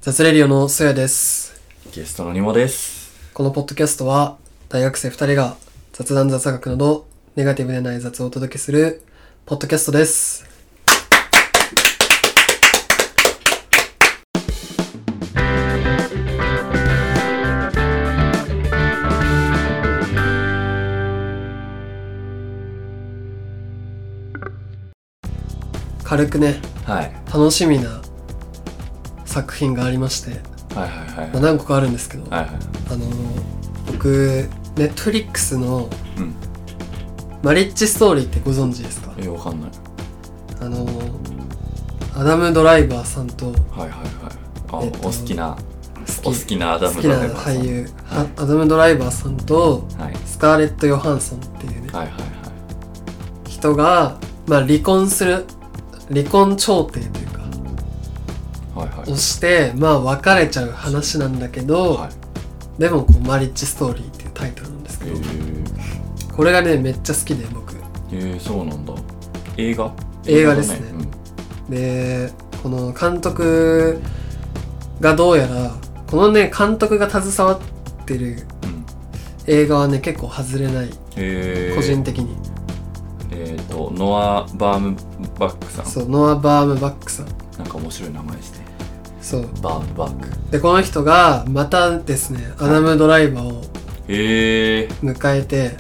雑レディオのソヤです。 ゲストのニモです。 このポッドキャストは大学生2人が雑談雑学などネガティブでない雑をお届けするポッドキャストです。軽くね、 はい。 楽しみな作品がありまして、何個かあるんですけど、僕ネットフリックスのマリッジストーリーってご存知ですか？ わかんない。 アダム・ドライバーさんと、 お好きなアダム・ドライバーさん、 俳優、アダム・ドライバーさんと、スカーレット・ヨハンソンっていうね、人が、離婚調停というか、をして、別れちゃう話なんだけど、でもマリッジストーリーっていうタイトルなんですけど、これがねめっちゃ好きで僕。 そうなんだ。映画ですね。で、この監督がどうやらこのね監督が携わってる映画はね結構外れない、個人的に。 ノア・バームバックさん。 そう、ノア・バームバックさん。 なんか面白い名前ですね。 そう、 バームバックで、この人がまたですね、アダム・ドライバーを迎えて、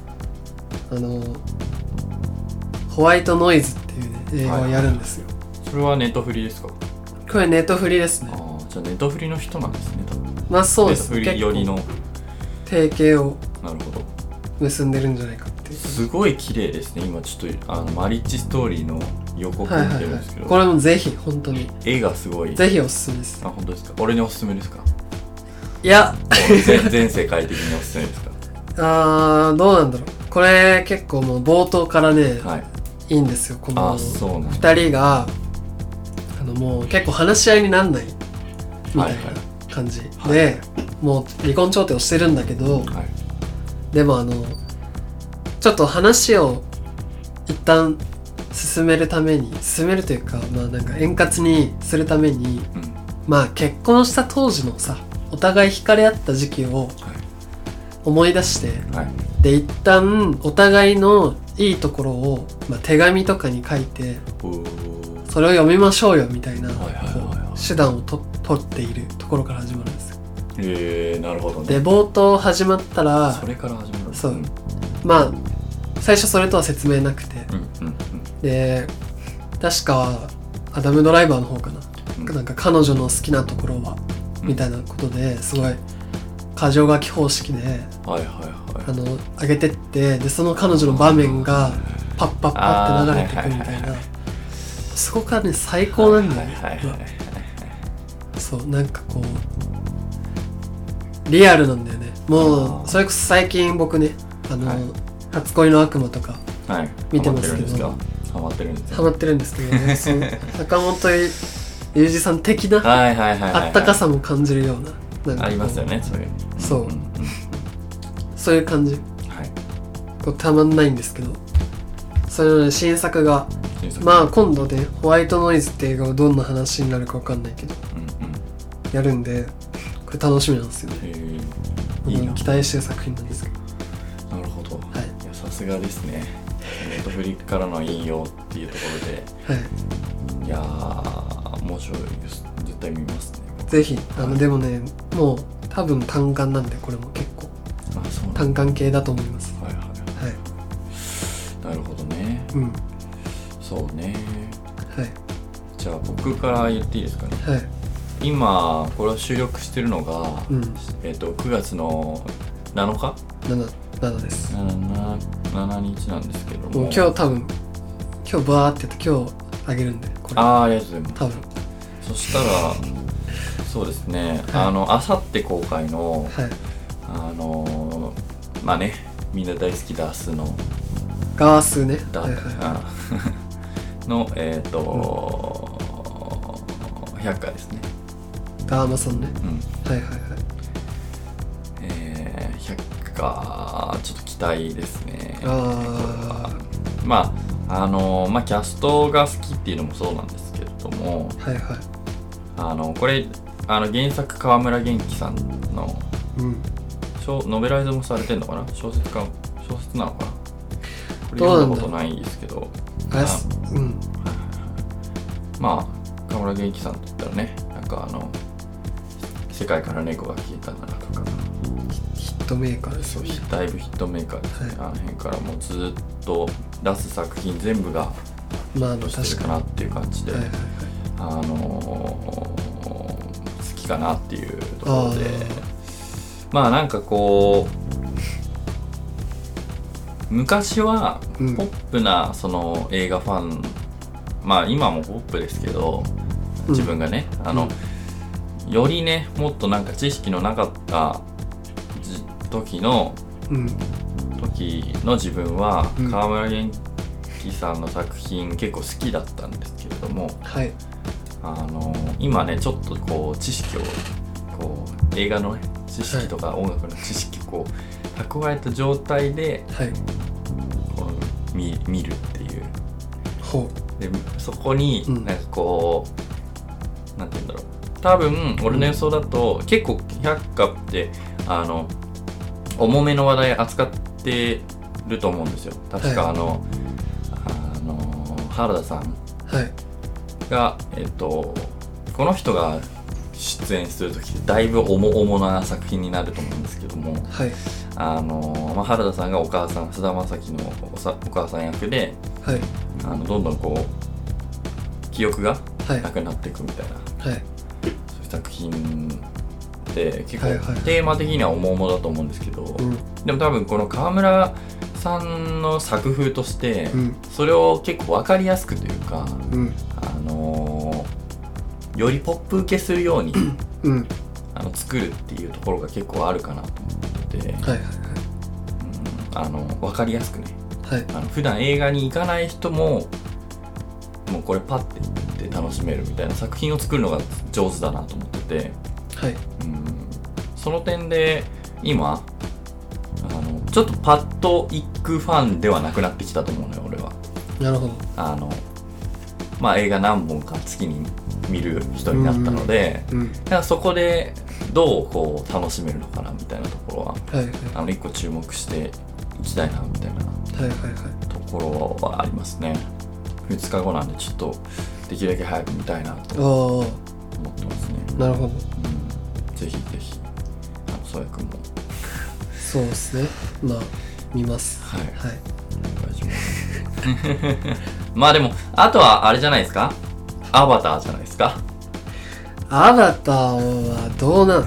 ホワイトノイズっていうね映画をやるんですよ。 それはネットフリですか？ これネットフリですね。 じゃあネットフリの人なんですね、多分。 そうです。 ネットフリ寄りの提携を結んでるんじゃないかっていう。 すごい綺麗ですね。今ちょっとマリッジストーリーの予告見てるんですけど、 これもぜひ本当に絵がすごい、 ぜひおすすめです。 本当ですか？俺におすすめですか？ いや全世界的におすすめですか？ どうなんだろう。これ結構もう冒頭からね、いいんですよ。この2人がもう結構話し合いになんないみたいな感じで、もう離婚調停をしてるんだけど、でもちょっと話を一旦進めるというか、なんか円滑にするために、結婚した当時のさ、お互い惹かれ合った時期を思い出して、で一旦お互いのいいところを、手紙とかに書いて、それを読みましょうよみたいな手段を取っているところから始まるんですよ。 なるほどね。 で冒頭始まったら、 それから始まる。 そう、最初それとは説明なくて、で確かアダム・ドライバーの方かな、なんか彼女の好きなところは、みたいなことですごい箇条書き方式で上げてって、でその彼女の場面がパッパッパって流れてくるみたいな、そこからね最高なんだよね。そう、なんかこうリアルなんだよね。もうそれこそ最近僕ね、初恋の悪魔とか見てますけど、 ハマってるんですけどね、その坂本雄二さん的なあったかさも感じるような、なんかありますよね、そういう。 そういう感じ、こうたまんないんですけど、それの、ね、新作が今度ね、ホワイトノイズって映画はどんな話になるか分かんないけど、やるんで、これ楽しみなんですよね。期待してる作品なんですけど。 なるほど。さすがですね。ネットフリからの引用っていうところで、いやー面白いです。絶対見ますね。 ぜひ。でもね、もう多分単館なんで、これも結構単館系だと思います。 なるほどね。そうね。じゃあ僕から言っていいですかね。今これを収録してるのが、9月の7日 7です。 7日なんですけども、 今日バーってやって今日あげるんで、これ。 ありがとうございます。 多分そしたらそうですね、あさって公開の、みんな大好きダースのガースね、 の100回ですね。 ガーマさんね。 100か、ちょっと期待ですね。キャストが好きっていうのもそうなんですけれども、これ原作川村元気さんの、ノベライズもされてんのかな、小説なのかな、これ読んだことないですけど、まあ川村元気さんといったらね、なんか世界から猫が消えたなとかヒットメーカーですよね。 だいぶヒットメーカーですね、あの辺からもうずっと出す作品全部がヒットしてるかなっていう感じで、好きかなっていうところで、まあなんかこう昔はポップなその映画ファン、まあ今もポップですけど、自分がねよりねもっとなんか知識のなかった時の自分は川村元気さんの作品結構好きだったんですけれども、今ねちょっとこう知識をこう映画の、ね、知識とか音楽の知識をこう蓄えた状態で、この見るっていうで、そこになんかこう、なんて言うんだろう、多分俺の予想だと、結構百花って重めの話題扱ってると思うんですよ。確か原田さんが、この人が出演する時ってだいぶ重な作品になると思うんですけども、原田さんがお母さん、菅田将暉のお母さん役で、どんどんこう記憶がなくなっていくみたいな、そういう作品で結構テーマ的には重々だと思うんですけど、でも多分この川村さんの作風として、それを結構分かりやすくというか、よりポップ受けするように、作るっていうところが結構あるかなと思ってて、分かりやすくね、普段映画に行かない人ももうこれパッて行って楽しめるみたいな作品を作るのが上手だなと思ってて、その点で今ちょっとパッと行くファンではなくなってきたと思うのよ、俺は。 なるほど。 まあ映画何本か月に見る人になったので、だからそこでどうこう楽しめるのかなみたいなところは、一個注目していきたいなみたいなところはありますね。2日後なんでちょっとできるだけ早く見たいなと思ってますね。 なるほど。 ぜひぜひ宗谷君も。 そうですね。まあ見ます。お願いします。 まあでもあとはあれじゃないですか。アバターじゃないですか。 アバターはどうなん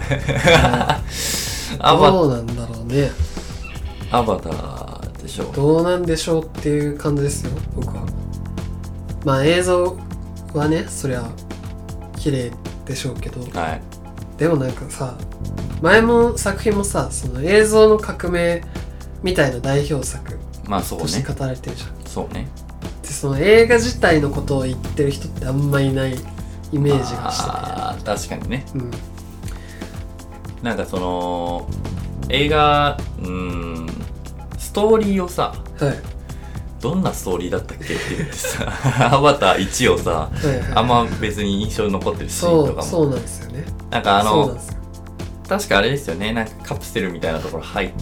どうなんだろうね。 アバターでしょう。 どうなんでしょうっていう感じですよ、僕は。まあ映像はね、そりゃ綺麗でしょうけど、でもなんかさ、前も作品もさ、その映像の革命みたいな代表作として語られてるじゃん。 そうね。 でその映画自体のことを言ってる人ってあんまいないイメージがしてて。 確かにね。なんかその映画ストーリーをさ、どんなストーリーだったっけって言ってさアバター1をさ、あんま別に印象に残ってるシーンとかもそうなんですよね。 なんか確かあれですよね、なんかカプセルみたいなところ入って、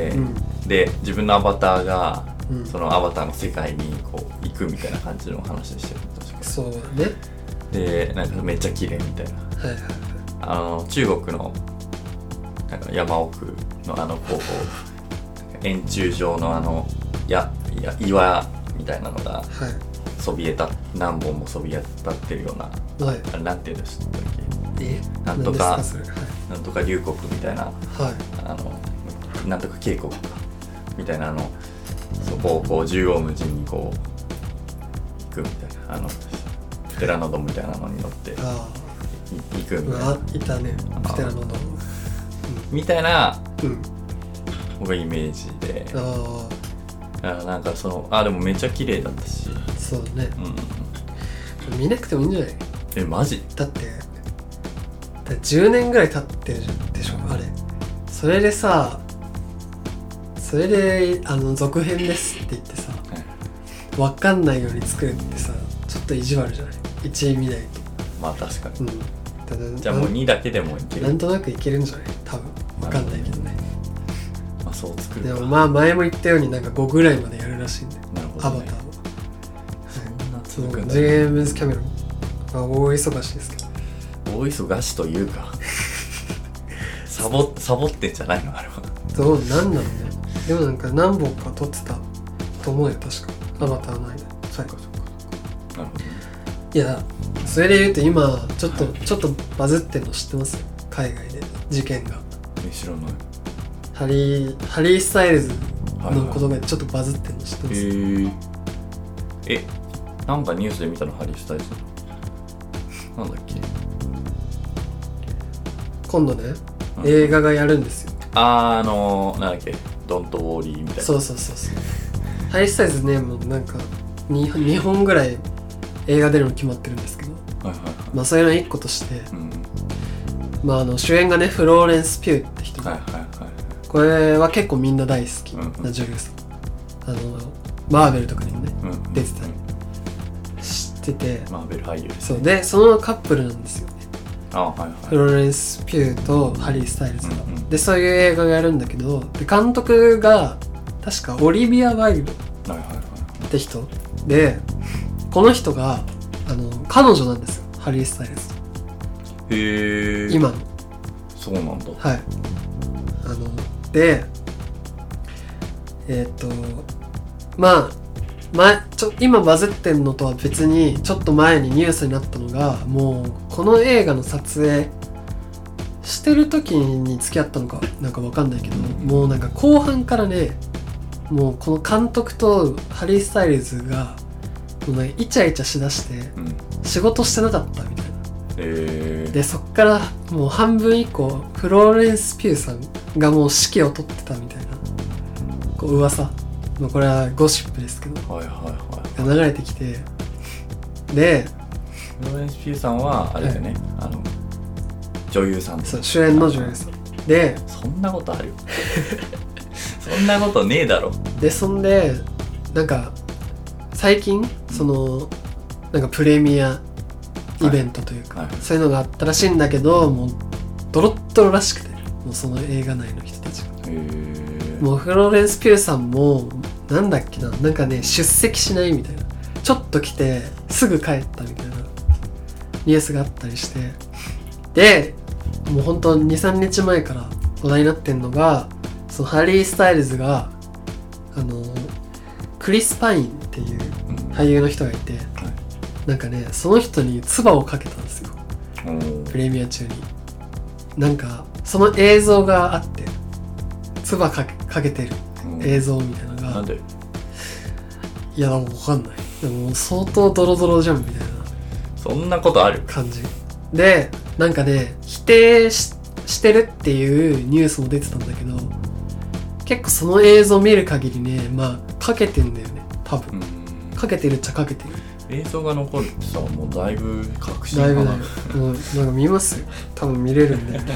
で自分のアバターが、そのアバターの世界にこう行くみたいな感じの話でしたよね。確かそうだね。 でなんかめっちゃ綺麗みたいな、中国のなんか山奥のこう円柱状の岩みたいなのがそびえた、何本もそびえ立ってるような、あれなんていうんでしたっけ、なんとか龍谷みたいな、なんとか渓谷みたいなそこをこう縦横無尽にこう行くみたいな、プテラノドンみたいなのに乗って行くみたいな。 いたね、プテラノドンみたいな、僕はイメージで。なんかでもめっちゃ綺麗だったし。 そうね。見なくてもいいんじゃない？ マジ？ だって10年ぐらい経ってるでしょ、あれ。それで続編ですって言ってさ、分かんないように作るってさ、ちょっと意地悪じゃない？1位見ないと。 まあ確かに。 かね、 じゃあもう2だけでもいける。 なんとなくいけるんじゃない多分。わかんないけどね。 まあそう作るか。 でもまあ前も言ったようになんか5ぐらいまでやるらしいんで。 なるほど、ね、 アバターは。 そんな続くんだ。 ジェームズ・キャメロン。まあ大忙しいですけど。 大忙しというかサボってんじゃないのあれは。 どうなんなのね。でもなんか何本か撮ってたと思うよ確か。アバターの間。はい。 そっか。なるほどね。 いやそれで言うと今ちょっとバズってんの知ってます？海外で事件が。 知らない。 ハリー・スタイルズのことがちょっとバズってんの知ってます？ なんかニュースで見たのハリー・スタイルズなんだっけ。 今度ね、映画がやるんですよ。 なんだっけ、ドントウォーリーみたいな。 そうハリー・スタイルズね、もうなんか 2本ぐらい映画出るの決まってるんですけど、まあそれの1個として、まあ主演がねフローレンス・ピューって人で、これは結構みんな大好きな女優さん、マーベルとかにもね、出てたり知ってて、 マーベル俳優です、 そうでそのカップルなんですよね。フローレンス・ピューとハリー・スタイルズが、でそういう映画がやるんだけど、で監督が確かオリビア・ワイルドって人で、この人が彼女なんですよ、ハリー・スタイルズ。 へえ。 今の。 そうなんだ。 はい。でまあ今バズってんのとは別にちょっと前にニュースになったのが、もうこの映画の撮影してる時に付き合ったのかなんか分かんないけど、もうなんか後半からね、もうこの監督とハリー・スタイルズがもうなんかイチャイチャしだして仕事してなかったみたいな、でそっからもう半分以降フローレンス・ピューさんがもう指揮を取ってたみたいなこう噂、まあ、これはゴシップですけど、が流れてきて、でフローレンス・ピューさんはあれだよね、女優さん。 そう、主演の女優さんで、 そんなことあるそんなことねえだろ。 でそんでなんか最近なんかプレミアイベントというか、そういうのがあったらしいんだけど、もうドロッドロらしくて、もうその映画内の人たちが、もうフローレンス・ピューさんもなんだっけな、なんかね出席しないみたいな、ちょっと来てすぐ帰ったみたいなニュースがあったりして、でもうほんと 2,3 日前から話題になってんのが、そのハリー・スタイルズがクリス・パインっていう俳優の人がいて、なんかねその人に唾をかけたんですよ、プレミア中に。なんかその映像があって、唾かけてる映像みたいなのが、 なんで？ いや分かんない、でも相当ドロドロじゃんみたいな、 そんなことある感じで、なんかね否定してるっていうニュースも出てたんだけど、結構その映像見る限りね、まあかけてんだよね多分。かけてるっちゃかけてる。 映像が残るってさ、もうだいぶ確信かな。 だいぶもうなんか見ますよ、多分見れるんで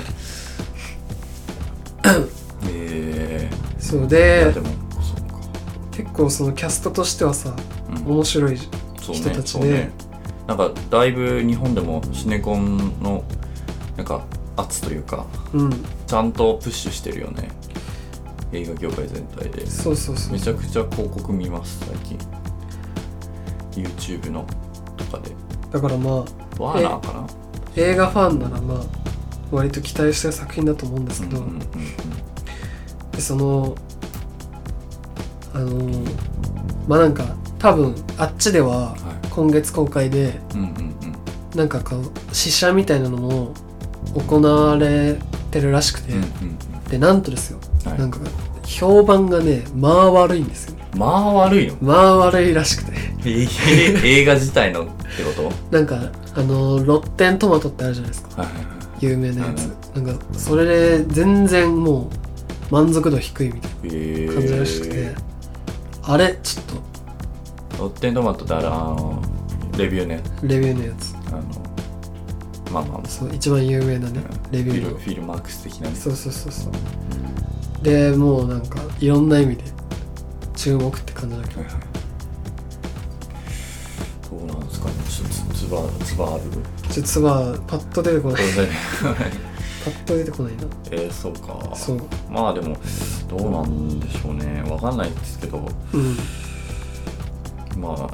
そうで、 でもそうか、 結構そのキャストとしてはさ、面白い人たちで、 なんかだいぶ日本でもシネコンのなんか圧というか、ちゃんとプッシュしてるよね、映画業界全体で。 そうめちゃくちゃ広告見ます最近、 YouTube のとかで。 だからまあワーナーかな、 映画ファンならまあ割と期待した作品だと思うんですけど、でそのまあなんか多分あっちでは今月公開で、なんかこう試写みたいなのも行われてるらしくて、でなんとですよ、なんか評判がねまあ悪いんですよ。 まあ悪いの？ まあ悪いらしくて映画自体のってこと？ なんかロッテントマトってあるじゃないですか、有名なやつ、なんかそれで全然もう満足度低いみたいな感じらしくて、あれちょっとロッテントマトってレビューのやつ、まあまあそう一番有名なね、レビューのフィルマークス的なね。 そうでもうなんかいろんな意味で注目って感じだけど、 そうなんだ。 ですかね。つばある。 つばパッと出てこない。パッと出てこないな。 そうか。 そう。 まあでもどうなんでしょうね。わかんないですけど。まあ。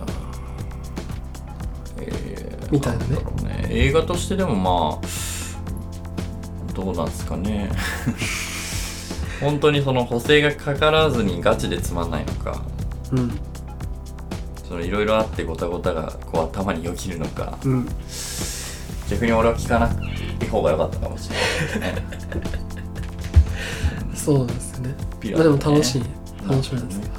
みたいなね。 映画としてでもまあどうなんですかね。本当にその補正がかからずにガチでつまんないのか、そのいろいろあってごたごたがこう頭によぎるのか、逆に俺は聞かなくて方が良かったかもしれないですね。 そうなんですよね。まあでも楽しみなんですよ。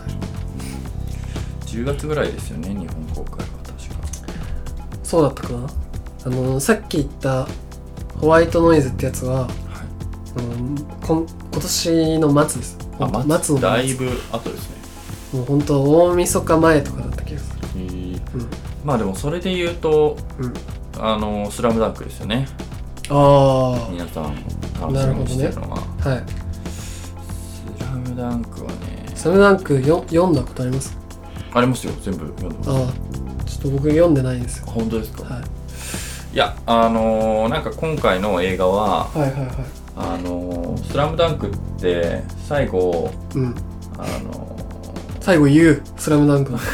10月ぐらいですよね、日本公開は確か。 そうだったかな。さっき言ったホワイトノイズってやつは、今年の末です。 末のだいぶ後ですね。 もう本当大晦日前とかだった気がする。 まあでもそれで言うと、スラムダンクですよね。皆さん楽しみにしてるのは、スラムダンクはね。 スラムダンク読んだことあります？ ありますよ、全部読んでます。 ちょっと僕読んでないんですよ。 本当ですか？いや、なんか今回の映画は、スラムダンクって最後、 最後言う、スラムダンクの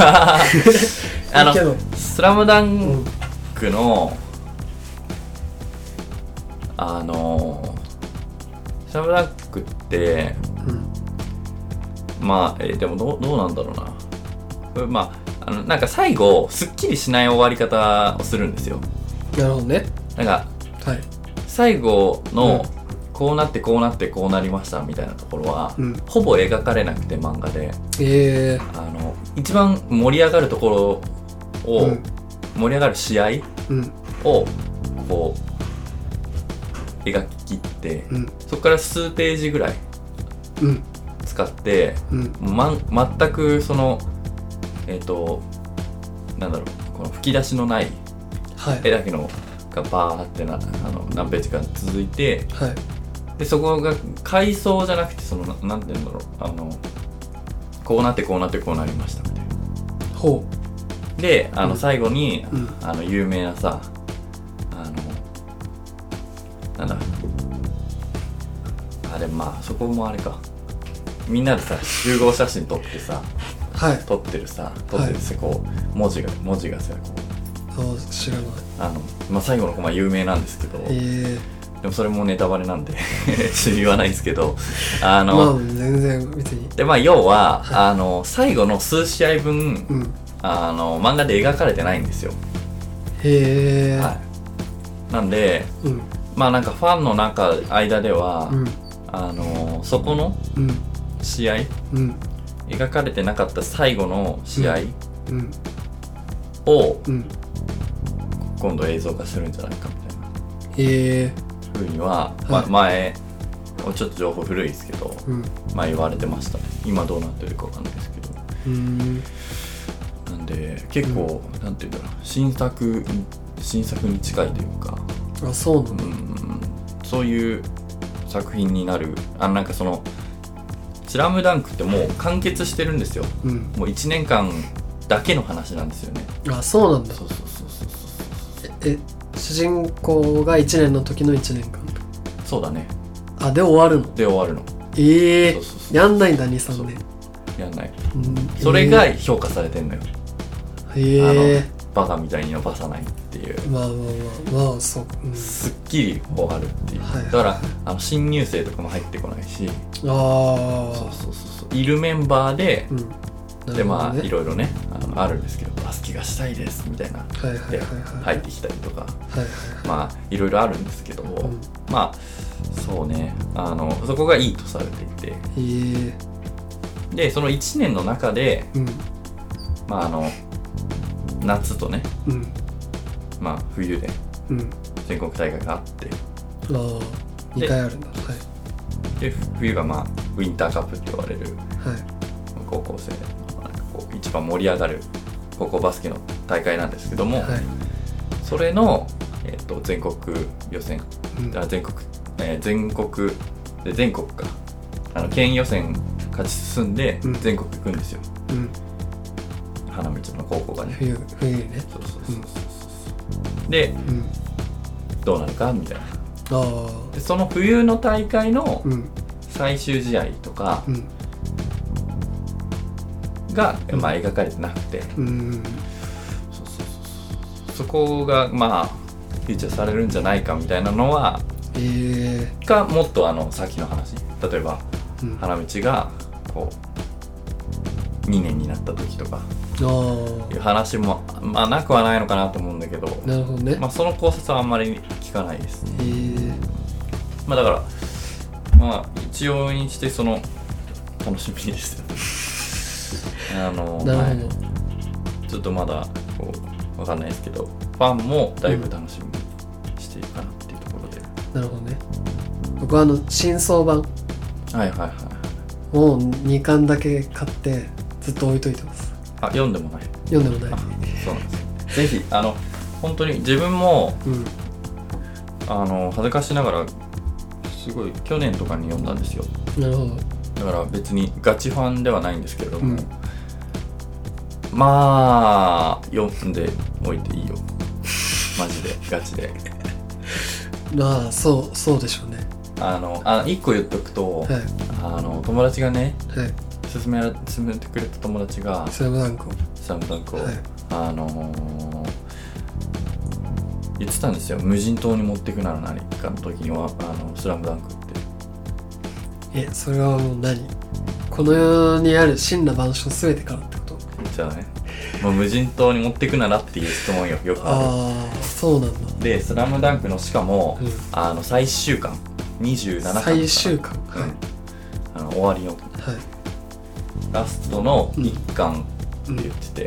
スラムダンクの、スラムダンクって、まあ、でもどうなんだろうな。これまあ、なんか最後すっきりしない終わり方をするんですよ。 なるほどね。 なんか、最後の、こうなってこうなってこうなりましたみたいなところは、ほぼ描かれなくて、漫画で、一番盛り上がるところを、盛り上がる試合をこう描き切って、そこから数ページぐらい使って、全くそのなんだろう、この吹き出しのない絵だけのがバーって何ページか続いて、でそこが回想じゃなくて、そのなんていうんだろう、こうなってこうなってこうなりましたみたいな。で最後に、有名なさ、なんだあれ、まあそこもあれか、みんなでさ集合写真撮ってさ、撮ってるさ、こう文字がさ、こう知らない。 まあ、最後のコマ有名なんですけど、でもそれもネタバレなんで言わないですけど、 まあ全然別に。 でまあ要は、最後の数試合分、漫画で描かれてないんですよ。なんで、まあなんかファンの間では、そこの試合、描かれてなかった最後の試合を、今度映像化するんじゃないかみたいなふうには、前ちょっと情報古いですけど、言われてましたね。今どうなってるかわかんないですけど、なんで結構、なんていうんだろう、新作に近いというか、 そうなんだ。 そういう作品になる。なんかそのスラムダンクってもう完結してるんですよ。もう1年間だけの話なんですよね。 そうなんだ。主人公が1年の時の1年間。 そうだね。 で終わるの。やんないんだ、2、3年。 やんない。それが評価されてんのよ。バカみたいに伸ばさないっていう。まあそう。すっきり終わるっていう。だから新入生とかも入ってこないし、いるメンバーで、でまあいろいろね、あるんですけど、バスケがしたいですみたいなで入ってきたりとか、まあいろいろあるんですけど、まあそうね、そこがいいとされていて、でその1年の中で、まあ夏とね、まあ冬で全国大会があって、 2回あるんだ。 で冬がまあウィンターカップって言われる、高校生のこう一番盛り上がる高校バスケの大会なんですけども、それの、全国予選、全国か、県予選勝ち進んで全国行くんですよ。 花道の高校がね、 冬にね。 そうそうそうそう、で、どうなるかみたいな。でその冬の大会の最終試合とかが、まあ描かれてなくて、そこがまあフィーチャーされるんじゃないかみたいなのは、がもっと先の話、例えば、花道がこう2年になった時とかいう話も、まあなくはないのかなと思うんだけど、 なるほどね。 まあその考察はあんまり聞かないですね。まあだからまあ一応にしてその楽しみですよね。なるほど、ちょっとまだこうわかんないですけど、ファンもだいぶ楽しみにしているかなっていうところで。 なるほどね。僕は新装版を2巻だけ買ってずっと置いといてます。 あ、読んでもない。 そうなんですよ。ぜひ本当に自分も、恥ずかしながらすごい去年とかに読んだんですよ。 なるほど。 だから別にガチファンではないんですけれども、まあ読んでおいていいよ。マジでガチで。 まあそうでしょうね。 1個言っとくと、友達がね、勧めてくれた友達がスラムダンクを言ってたんですよ。無人島に持っていくなら何かの時にはスラムダンクって。 それはもう何、この世にある真羅万象すべてからってこと？ じゃあね、もう無人島に持っていくならっていう質問よくある。そうなんだ。 でスラムダンクのしかも、最終巻27巻最終巻、 終わりの、ラストの1巻って言ってて、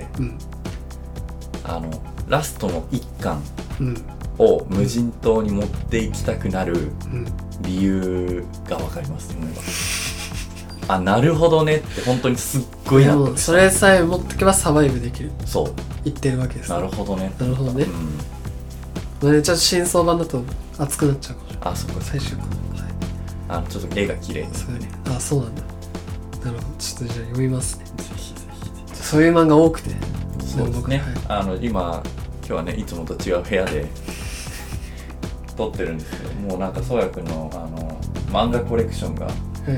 ラストの1巻を無人島に持っていきたくなる理由が分かりますね。あ、なるほどねって本当にすっごいなって。 それさえ持ってけばサバイブできる。 そう言ってるわけです。 なるほどね。 なるほどね。ちょっと新装版だと熱くなっちゃうかもしれない。 あ、そこ最終巻。 ちょっと絵が綺麗ですね。 そうなんだ。なるほど。ちょっとじゃあ読みますね。ぜひ。そういう漫画多くて。 そうですね。今日はね、いつもと違う部屋で撮ってるんですけど、もうなんかそうやくんの漫画コレクションが、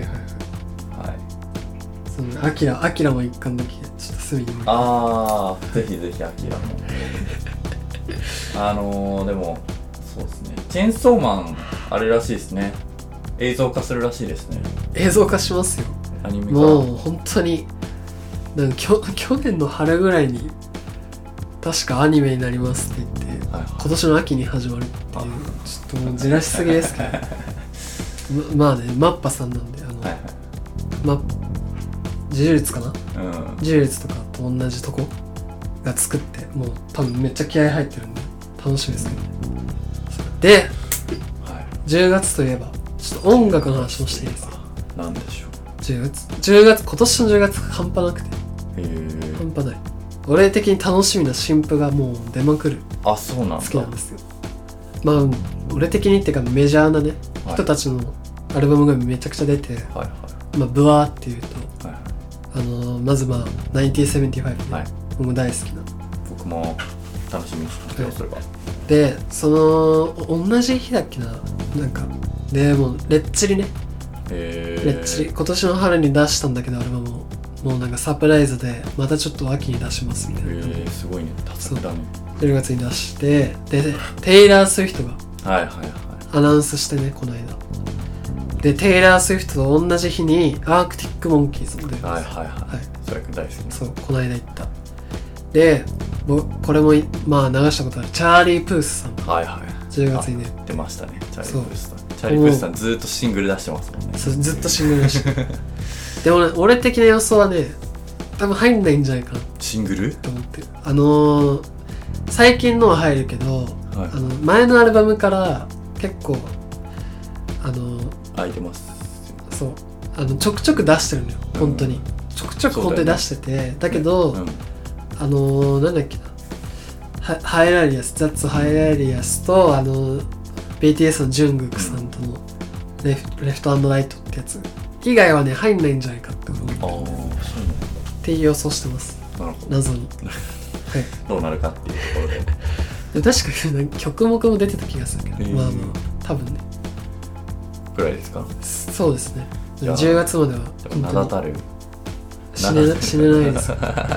そのアキラも一巻だけちょっと隅に。 ぜひアキラも。でもそうですね。チェーンソーマンあれらしいですね。映像化するらしいですね。 映像化しますよ。 アニメ化。 もう本当になんか去年の春ぐらいに確かアニメになりますって言って、今年の秋に始まるっていう、ちょっともうじらしすぎですけどまあね、マッパさんなんで自由律かな、自由律とかと同じとこが作って、もう多分めっちゃ気合入ってるんで楽しみですけどね。で、10月といえばちょっと音楽の話もしていいですか？ なんでしょう。 10月今年の10月半端なくて、半端ない。俺的に楽しみな新譜がもう出まくる。 あ、そうなんだ。 好きなんですよ。まあ俺的にっていうかメジャーなね、人たちのアルバムがめちゃくちゃ出て、まあブワーっていうと、まず1975ね、僕も大好きな。 僕も楽しみにしてます。それは。 で、その同じ日だっけな、なんかでもレッチリね、レッチリ今年の春に出したんだけど、アルバムをもうなんかサプライズでまたちょっと秋に出しますみたいな。 すごいね。そうだね。 10月に出して、でテイラー・スウィフトがアナウンスしてね、この間。でテイラー・スウィフトと同じ日にアークティック・モンキーズも出ます。それ大好き。そう、この間行った。でこれもまあ流したことあるチャーリー・プースさんが10月にね出ましたね。チャーリー・プースさん。チャーリー・プースさんずっとシングル出してますもんね。 ずっとシングル出してでもね、俺的な予想はね、多分入んないんじゃないかな。 シングルと思ってる。最近のは入るけど、前のアルバムから結構空いてます。 そう、ちょくちょく出してるのよ、本当に。ちょくちょく本当に出してて、だけど、なんだっけな、ハイラリアス、ザッツハイラリアスとBTS のジュングクさんとのレフト&ライトってやつ以外はね、入んないんじゃないかって思ってっていう予想してます。 謎にはい、どうなるかっていうところで確かに曲目も出てた気がするけど、まあまあ多分ねくらいですか。 そうですね。10月までは名だたる死ねないです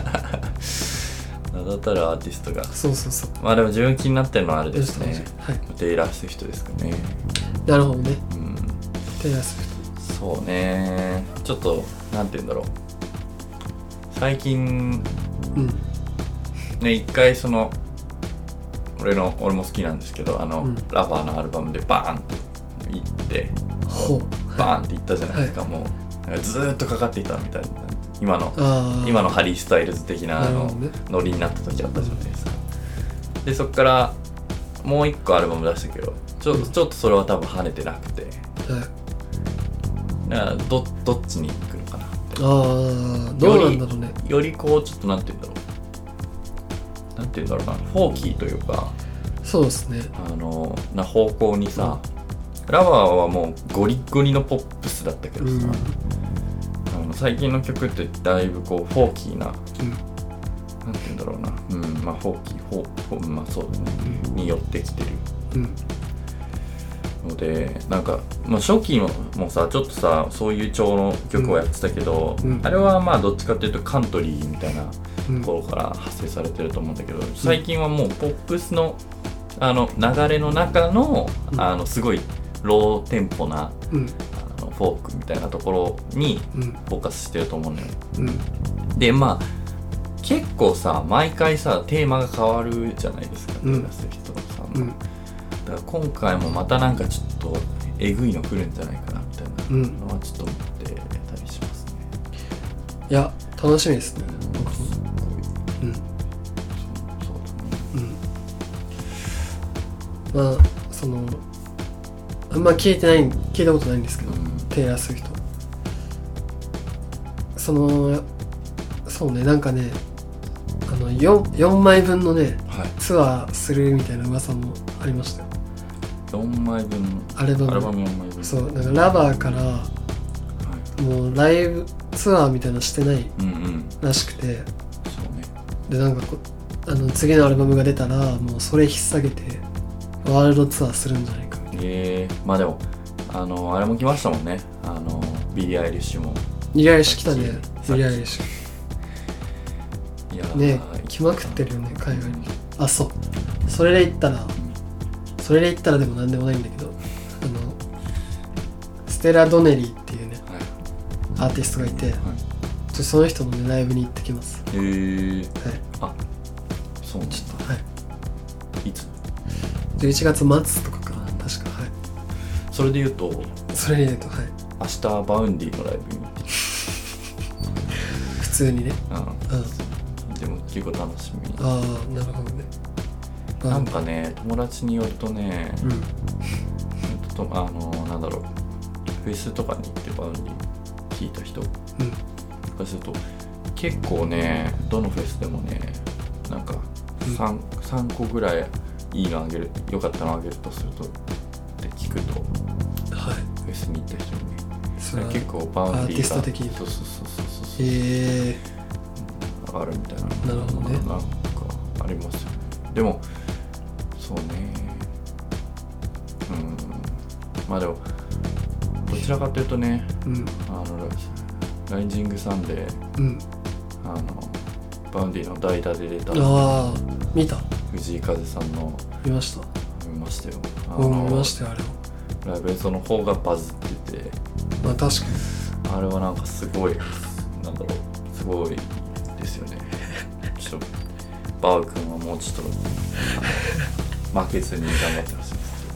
名だたるアーティストが。 そうそうそう。 まあでも自分気になってるのはあれですね、 はい、 テイラー・スウィフトですかね。 なるほどね、 うん、 テイラー・スウィフト。そうね、ちょっとなんて言うんだろう、最近、ね、一回その俺も好きなんですけど、ラバーのアルバムでバーンといってバーンっていったじゃないですか、はい、もうずーっとかかっていたみたいな、今のハリー・スタイルズ的なノリになった時あったじゃないですか。でそっからもう一個アルバム出したけどちょっとそれは多分跳ねてなくて、だからどっちに行くのかなって。 どうなんだろうね。 よりこうちょっとなんて言うんだろうな、フォーキーというか、 そうですね、 な方向にさ、ラバーはもうゴリゴリのポップスだったけどさ、最近の曲ってだいぶこうフォーキーな、なんて言うんだろうな、まあフォーキーまあそうだね、に寄ってきてる、のでなんか、まあ、初期もさちょっとさそういう調の曲をやってたけど、あれはまあどっちかっていうとカントリーみたいなところから派生されてると思うんだけど、最近はもうポップスの流れの中のすごいローテンポな、フォークみたいなところにフォーカスしてると思うのよ、でまあ結構さ毎回さテーマが変わるじゃないですか、テイラー・スウィフトさんの、だから今回もまたなんかちょっとえぐいの来るんじゃないかなみたいなのはちょっと思ってたりしますね。 いや楽しみですね、僕も。まあそのあんま聞いたことないんですけど、テイラー・スウィフトそうね、なんかね4枚分のね、ツアーするみたいな噂もありましたよ。 4枚分アルバム 4枚分。 そう、なんかラバーから、もうライブツアーみたいなのしてないらしくて、そうね、でなんか次のアルバムが出たらもうそれ引っ提げてワールドツアーするんじゃないか。 まあでもあれも来ましたもんね、ビリー・アイリッシュも。 ビリー・アイリッシュ来たね。ビリー・アイリッシュね、来まくってるよね海外に。そう、それで言ったらでもなんでもないんだけど、ステラ・ドネリーっていうね、アーティストがいて、その人のねライブに行ってきます。 そうなんだ。 ちょっといつ ？11月末とかかな、確か。 それで言うと明日バウンディのライブに行って普通にね。 でも結構楽しみ。 なるほどね。 なんかね、友達によるとね、なんだろう、フェスとかに行ってバウンディ聞いた人からすると結構ね、どのフェスでもね、なんか 3個ぐらいいいのあげる、良かったのあげるとするとって聞くと、フェスに行った人にね、結構バウンディがアーティスト的にそう上がるみたいな。 なるほどね。 なんかありますよね。でもそうね、まあでもどちらかというとね、ライジングサンデー、バウンディの代打で出た見た藤井風さんの見ましたよ。 見ましたよ、 あれをライブ映像の方がバズってて、 まあ確かにあれはなんかすごい、なんだろう、すごいですよね。ちょっとバウ君はもうちょっと負けずに頑張ってほしいです。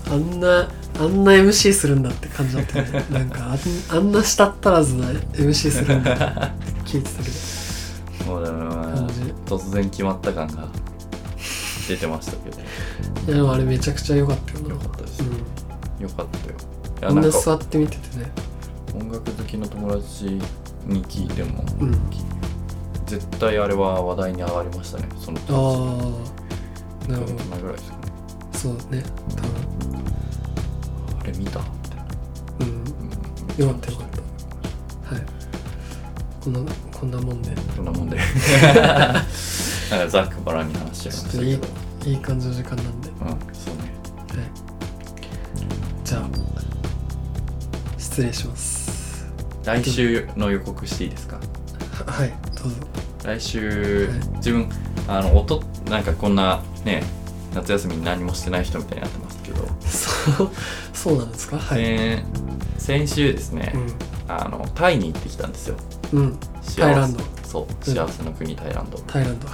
あんな MC するんだって感じだったよね。なんかあんな舌足らずな MC するんだって聞いてたけど、 もうだから突然決まった感が出てましたけど、 いやでもあれめちゃくちゃ良かったよ。 良かったです、良かったよ。 みんな座って見ててね、 音楽好きの友達に聞いても、絶対あれは話題に上がりましたね、その当時。なるほど。前ぐらいですかね。 そうね、多分あれ見たみたいな。 よかった。 こんなもんでなんかざっくばらんに話しちゃいましたけど、ちょっといい感じの時間なんで、 そうね。はい、 じゃあ失礼します。 来週の予告していいですか？ はい、どうぞ。 来週、自分なんかこんなね、夏休みに何もしてない人みたいになってますけど、 そうなんですか？はい。 先週ですね、タイに行ってきたんですよ。 タイランド。 そう、幸せの国タイランド。 タイランド、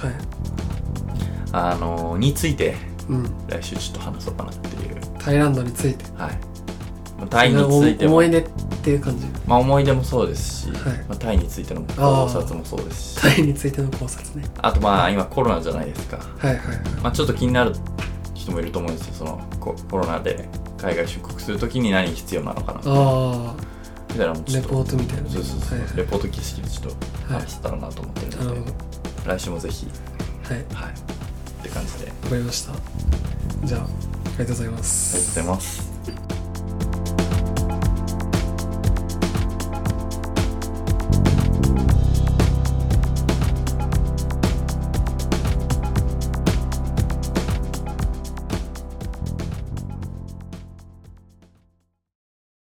はい。について、来週ちょっと話そうかなっていう。 タイランドについて。 はい。タイについても思い出っていう感じ。 思い出もそうですし、タイについての考察もそうですし。 タイについての考察ね。 あと今コロナじゃないですか。ちょっと気になる人もいると思うんですよ。そのコロナで海外出国するときに何必要なのかなみたいなもちょっとレポートみたいな。 レポート形式でちょっと話せたらなと思ってるので、来週もぜひって感じで。 わかりました。じゃあありがとうございます。 ありがとうございます。